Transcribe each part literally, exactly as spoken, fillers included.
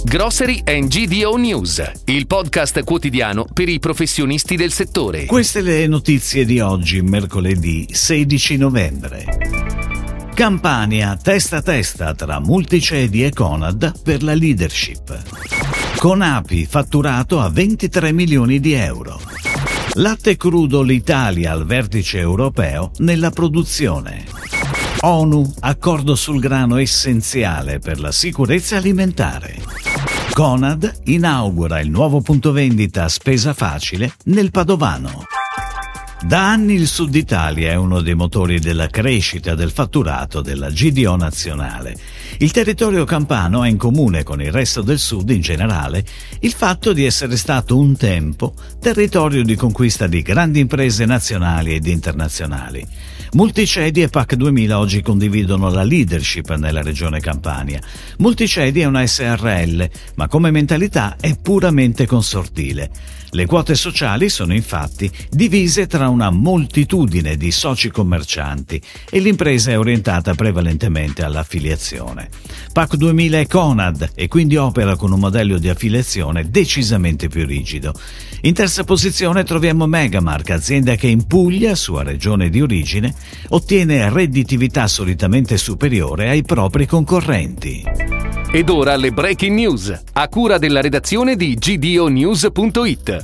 Grocery and G D O News, il podcast quotidiano per i professionisti del settore. Queste le notizie di oggi, mercoledì sedici novembre. Campania testa a testa tra Multicedi e Conad per la leadership. Conapi fatturato a ventitré milioni di euro. Latte crudo l'Italia al vertice europeo nella produzione. ONU, accordo sul grano essenziale per la sicurezza alimentare. Conad inaugura il nuovo punto vendita a spesa facile nel Padovano. Da anni il Sud Italia è uno dei motori della crescita del fatturato della G D O nazionale. Il territorio campano ha in comune con il resto del Sud in generale il fatto di essere stato un tempo territorio di conquista di grandi imprese nazionali ed internazionali. Multicedi e P A C duemila oggi condividono la leadership nella regione Campania. Multicedi è una S R L, ma come mentalità è puramente consortile. Le quote sociali sono infatti divise tra una moltitudine di soci commercianti e l'impresa è orientata prevalentemente all'affiliazione. P A C duemila è Conad e quindi opera con un modello di affiliazione decisamente più rigido. In terza posizione troviamo Megamark, azienda che in Puglia, sua regione di origine, ottiene redditività solitamente superiore ai propri concorrenti. Ed ora le breaking news, a cura della redazione di G D O News punto it.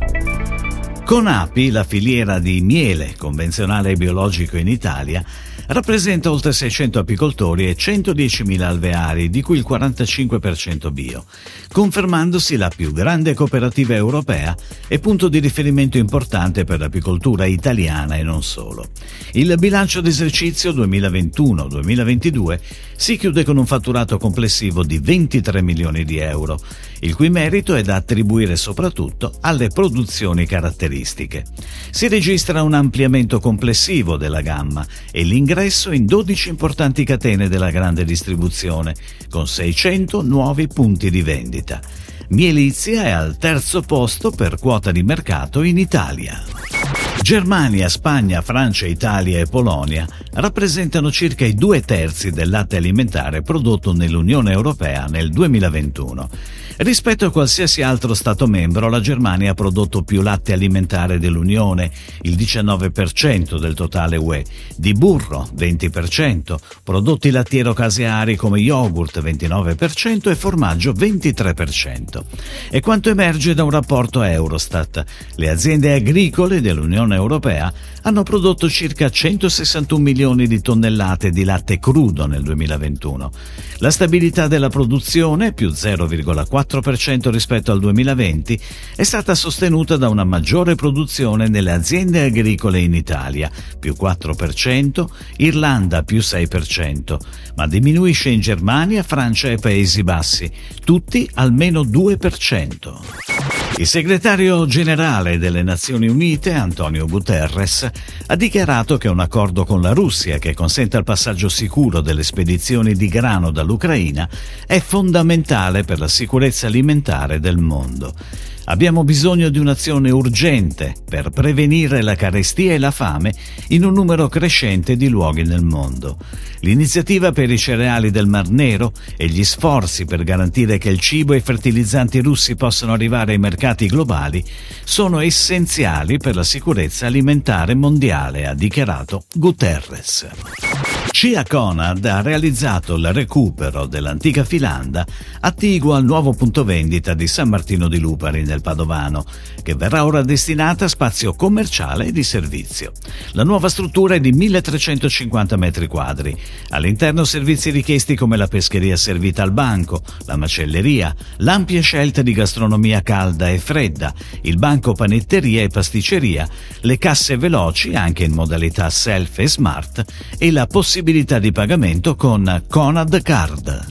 Conapi, la filiera di miele convenzionale e biologico in Italia, rappresenta oltre seicento apicoltori e centodiecimila alveari, di cui il quarantacinque per cento bio, confermandosi la più grande cooperativa europea e punto di riferimento importante per l'apicoltura italiana e non solo. Il bilancio d'esercizio duemilaventuno duemilaventidue si chiude con un fatturato complessivo di ventitré milioni di euro, il cui merito è da attribuire soprattutto alle produzioni caratteristiche. Si registra un ampliamento complessivo della gamma e l'ingresso in dodici importanti catene della grande distribuzione, con seicento nuovi punti di vendita. Mielizia è al terzo posto per quota di mercato in Italia. Germania, Spagna, Francia, Italia e Polonia rappresentano circa i due terzi del latte alimentare prodotto nell'Unione Europea nel duemilaventuno. Rispetto a qualsiasi altro Stato membro, la Germania ha prodotto più latte alimentare dell'Unione, il diciannove per cento del totale U E, di burro, venti per cento, prodotti lattiero-caseari come yogurt, ventinove per cento e formaggio, ventitré per cento. E quanto emerge da un rapporto Eurostat, le aziende agricole dell'Unione Europea hanno prodotto circa centosessantuno milioni di tonnellate di latte crudo nel duemilaventuno. La stabilità della produzione, più zero virgola quattro per cento rispetto al duemilaventi, è stata sostenuta da una maggiore produzione nelle aziende agricole in Italia, più quattro per cento, Irlanda più sei per cento, ma diminuisce in Germania, Francia e Paesi Bassi, tutti almeno due per cento. Il segretario generale delle Nazioni Unite, Antonio Guterres, ha dichiarato che un accordo con la Russia che consenta il passaggio sicuro delle spedizioni di grano dall'Ucraina è fondamentale per la sicurezza alimentare del mondo. Abbiamo bisogno di un'azione urgente per prevenire la carestia e la fame in un numero crescente di luoghi nel mondo. L'iniziativa per i cereali del Mar Nero e gli sforzi per garantire che il cibo e i fertilizzanti russi possano arrivare ai mercati globali sono essenziali per la sicurezza alimentare mondiale, ha dichiarato Guterres. C I A Conad ha realizzato il recupero dell'antica filanda attiguo al nuovo punto vendita di San Martino di Lupari nel Padovano, che verrà ora destinata a spazio commerciale e di servizio. La nuova struttura è di milletrecentocinquanta metri quadri. All'interno servizi richiesti come la pescheria servita al banco, la macelleria, l'ampia scelta di gastronomia calda e fredda, il banco panetteria e pasticceria, le casse veloci anche in modalità self e smart e la possibilità di pagamento con Conad Card.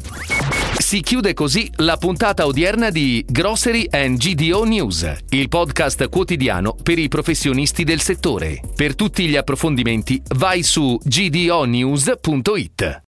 Si chiude così la puntata odierna di Grocery and G D O News, il podcast quotidiano per i professionisti del settore. Per tutti gli approfondimenti vai su G D O News punto it.